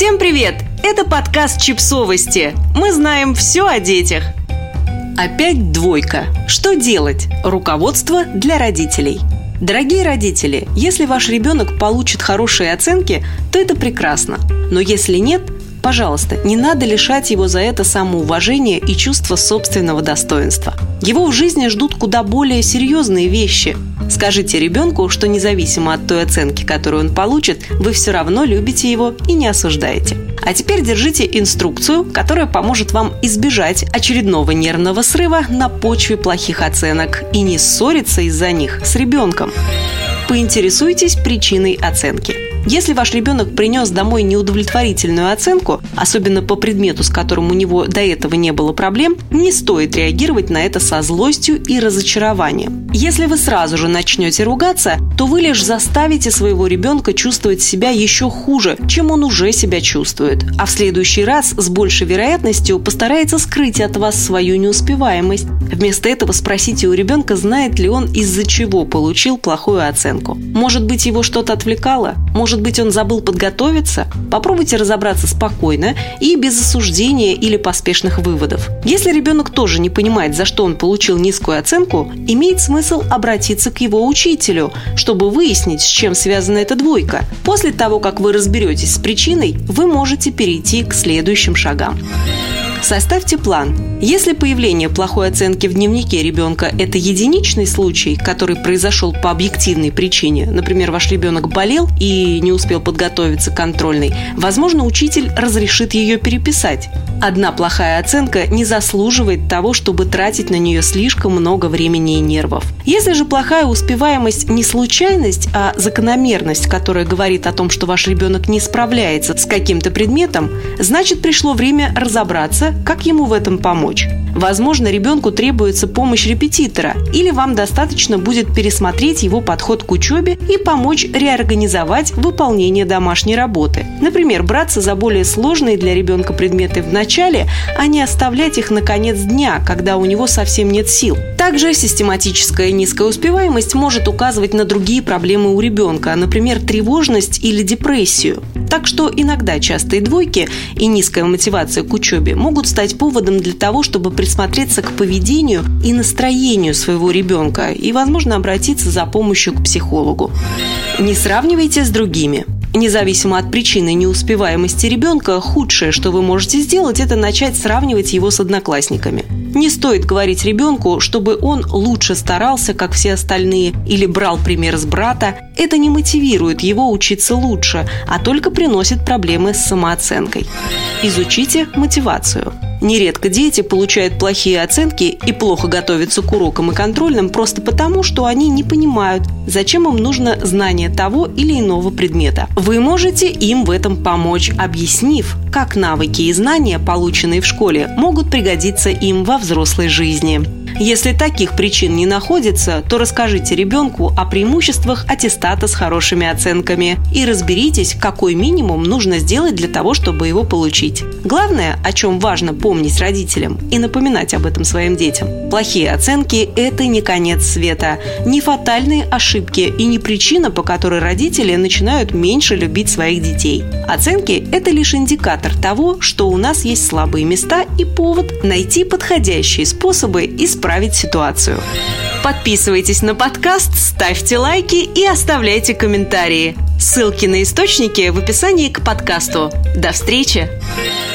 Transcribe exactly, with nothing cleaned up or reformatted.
Всем привет! Это подкаст «Чипсовости». Мы знаем все о детях. Опять двойка. Что делать? Руководство для родителей. Дорогие родители, если ваш ребенок получит хорошие оценки, то это прекрасно. Но если нет, пожалуйста, не надо лишать его за это самоуважения и чувства собственного достоинства. Его в жизни ждут куда более серьезные вещи. Скажите ребенку, что независимо от той оценки, которую он получит, вы все равно любите его и не осуждаете. А теперь держите инструкцию, которая поможет вам избежать очередного нервного срыва на почве плохих оценок и не ссориться из-за них с ребенком. Поинтересуйтесь причиной оценки. Если ваш ребенок принес домой неудовлетворительную оценку, особенно по предмету, с которым у него до этого не было проблем, не стоит реагировать на это со злостью и разочарованием. Если вы сразу же начнете ругаться, то вы лишь заставите своего ребенка чувствовать себя еще хуже, чем он уже себя чувствует, а в следующий раз с большей вероятностью постарается скрыть от вас свою неуспеваемость. Вместо этого спросите у ребенка, знает ли он, из-за чего получил плохую оценку. Может быть, его что-то отвлекало? Может быть, он забыл подготовиться? Попробуйте разобраться спокойно и без осуждения или поспешных выводов. Если ребенок тоже не понимает, за что он получил низкую оценку, имеет смысл обратиться к его учителю, чтобы выяснить, с чем связана эта двойка. После того, как вы разберетесь с причиной, вы можете перейти к следующим шагам. Составьте план. Если появление плохой оценки в дневнике ребенка – это единичный случай, который произошел по объективной причине, например, ваш ребенок болел и не успел подготовиться к контрольной, возможно, учитель разрешит ее переписать. Одна плохая оценка не заслуживает того, чтобы тратить на нее слишком много времени и нервов. Если же плохая успеваемость не случайность, а закономерность, которая говорит о том, что ваш ребенок не справляется с каким-то предметом, значит, пришло время разобраться, как ему в этом помочь. Возможно, ребенку требуется помощь репетитора, или вам достаточно будет пересмотреть его подход к учебе и помочь реорганизовать выполнение домашней работы. Например, браться за более сложные для ребенка предметы в начале, а не оставлять их на конец дня, когда у него совсем нет сил. Также систематическая низкая успеваемость может указывать на другие проблемы у ребенка, например, тревожность или депрессию. Так что иногда частые двойки и низкая мотивация к учебе могут стать поводом для того, чтобы присмотреться к поведению и настроению своего ребенка и, возможно, обратиться за помощью к психологу. Не сравнивайте с другими. Независимо от причины неуспеваемости ребенка, худшее, что вы можете сделать, это начать сравнивать его с одноклассниками. Не стоит говорить ребенку, чтобы он лучше старался, как все остальные, или брал пример с брата. Это не мотивирует его учиться лучше, а только приносит проблемы с самооценкой. Изучите мотивацию. Нередко дети получают плохие оценки и плохо готовятся к урокам и контрольным просто потому, что они не понимают, зачем им нужно знание того или иного предмета. Вы можете им в этом помочь, объяснив, как навыки и знания, полученные в школе, могут пригодиться им во взрослой жизни. Если таких причин не находится, то расскажите ребенку о преимуществах аттестата с хорошими оценками и разберитесь, какой минимум нужно сделать для того, чтобы его получить. Главное, о чем важно помнить родителям и напоминать об этом своим детям. Плохие оценки – это не конец света, не фатальные ошибки и не причина, по которой родители начинают меньше любить своих детей. Оценки – это лишь индикатор того, что у нас есть слабые места и повод найти подходящие способы исправить ситуацию. Подписывайтесь на подкаст, ставьте лайки и оставляйте комментарии. Ссылки на источники в описании к подкасту. До встречи!